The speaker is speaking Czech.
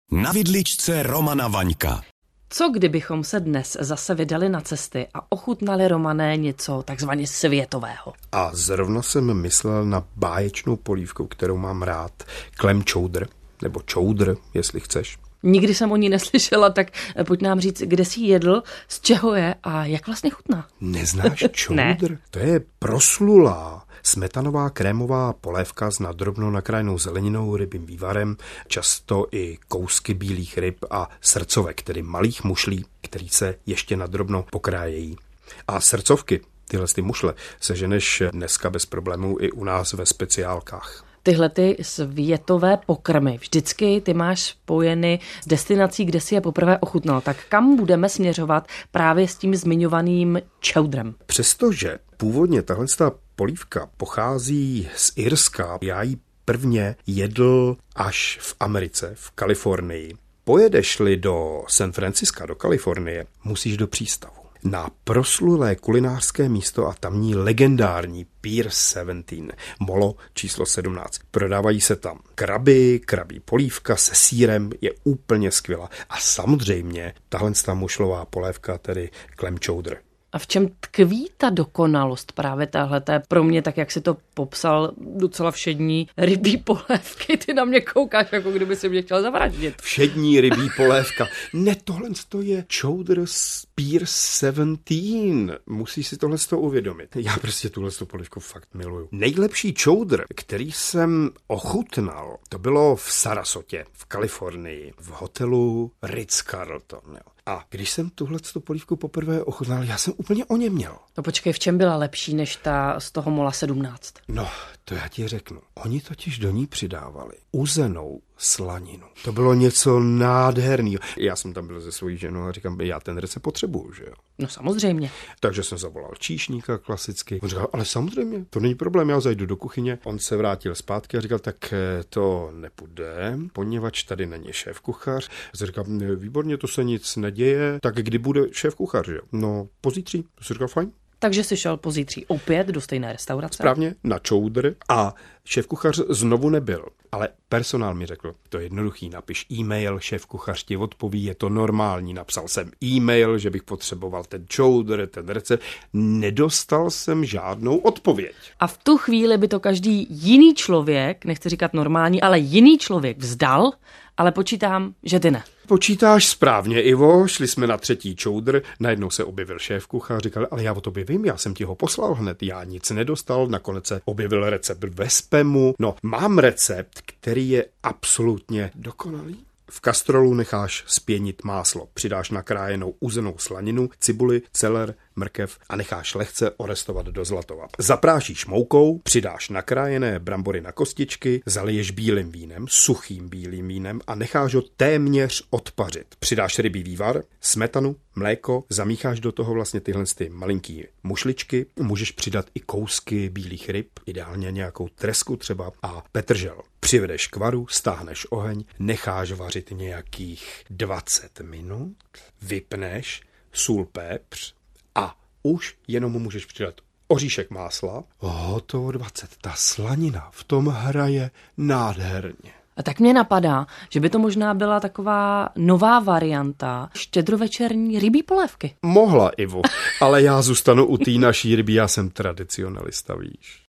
Na vidličce Romana Vaňka. Co kdybychom se dnes zase vydali na cesty a ochutnali, Romané, něco takzvaně světového? A zrovna jsem myslel na báječnou polívku, kterou mám rád. Clam chowder, nebo chowder, jestli chceš. Nikdy jsem o ní neslyšela, tak pojď nám říct, kde jsi jedl, z čeho je a jak vlastně chutná. Neznáš chowder? Ne. To je proslulá smetanová krémová polévka s nadrobnou nakrájenou zeleninou, rybím vývarem, často i kousky bílých ryb a srdcovek, tedy malých mušlí, který se ještě nadrobno pokrájejí. A srdcovky, tyhle mušle, seženeš dneska bez problémů i u nás ve speciálkách. Tyhle ty světové pokrmy, vždycky ty máš spojeny s destinací, kde si je poprvé ochutnal. Tak kam budeme směřovat právě s tím zmiňovaným chowderem? Přestože původně tahle polívka pochází z Irska, já ji prvně jedl až v Americe, v Kalifornii. Pojedeš-li do San Francisca, do Kalifornie, musíš do přístavu. Na proslulé kulinářské místo a tamní legendární Pier 17, molo číslo 17. Prodávají se tam kraby, krabí polívka se sýrem, je úplně skvělá. A samozřejmě tahle mušlová polévka, tedy clam chowder. A v čem tkví ta dokonalost právě tahleté pro mě, tak jak si to popsal, docela všední rybí polévky? Ty na mě koukáš, jako kdyby si mě chtěl zavraždit. Všední rybí polévka. Ne, tohle je chowder z Pier 17. Musíš si tohle uvědomit. Já prostě tuhle polévku fakt miluju. Nejlepší chowder, který jsem ochutnal, to bylo v Sarasotě, v Kalifornii, v hotelu Ritz-Carlton. A když jsem tuhle polívku poprvé ochutnal, já jsem úplně o něm měl. No počkej, v čem byla lepší než ta z toho mola 17? No, to já ti řeknu. Oni totiž do ní přidávali uzenou slaninu. To bylo něco nádherného. Já jsem tam byl se svojí ženou a říkám, já ten recept potřebuju, že jo? No samozřejmě. Takže jsem zavolal číšníka klasicky. On říkal, ale samozřejmě, to není problém, já zajdu do kuchyně. On se vrátil zpátky a říkal, tak to nepůjde, poněvadž tady není šéf kuchař. Já říkal, výborně, to se nic neděje, tak kdy bude šéf kuchař, že jo? No, pozítří. To si říkal, fajn. Takže jsi šel pozítří opět do stejné restaurace? Správně, na chowder a šéfkuchař znovu nebyl, ale personál mi řekl, to je jednoduchý, napiš e-mail, šéfkuchař ti odpoví, je to normální, napsal jsem e-mail, že bych potřeboval ten chowder, ten recept, nedostal jsem žádnou odpověď. A v tu chvíli by to každý jiný člověk, nechci říkat normální, ale jiný člověk vzdal, ale počítám, že ty ne. Počítáš správně, Ivo, šli jsme na třetí chowder, najednou se objevil šéfkuchař, říkal, ale já o tobě vím, já jsem ti ho poslal hned, já nic nedostal, nakonec se objevil recept ve spamu. No, mám recept, který je absolutně dokonalý. V kastrolu necháš spěnit máslo, přidáš nakrájenou uzenou slaninu, cibuli, celer, mrkev a necháš lehce orestovat do zlatova. Zaprášíš moukou, přidáš nakrájené brambory na kostičky, zaliješ bílým vínem, suchým bílým vínem a necháš ho téměř odpařit. Přidáš rybí vývar, smetanu, mléko, zamícháš do toho vlastně tyhle malinký mušličky, můžeš přidat i kousky bílých ryb, ideálně nějakou tresku třeba a petržel. Přivedeš k varu, stáhneš oheň, necháš vařit nějakých 20 minut, vypneš, sůl, pepř a už jenom mu můžeš přidat oříšek másla. Hotovo 20. Ta slanina v tom hraje nádherně. A tak mě napadá, že by to možná byla taková nová varianta štědrovečerní rybí polévky. Mohla, Ivo, ale já zůstanu u té naší ryby, já jsem tradicionalista, víš.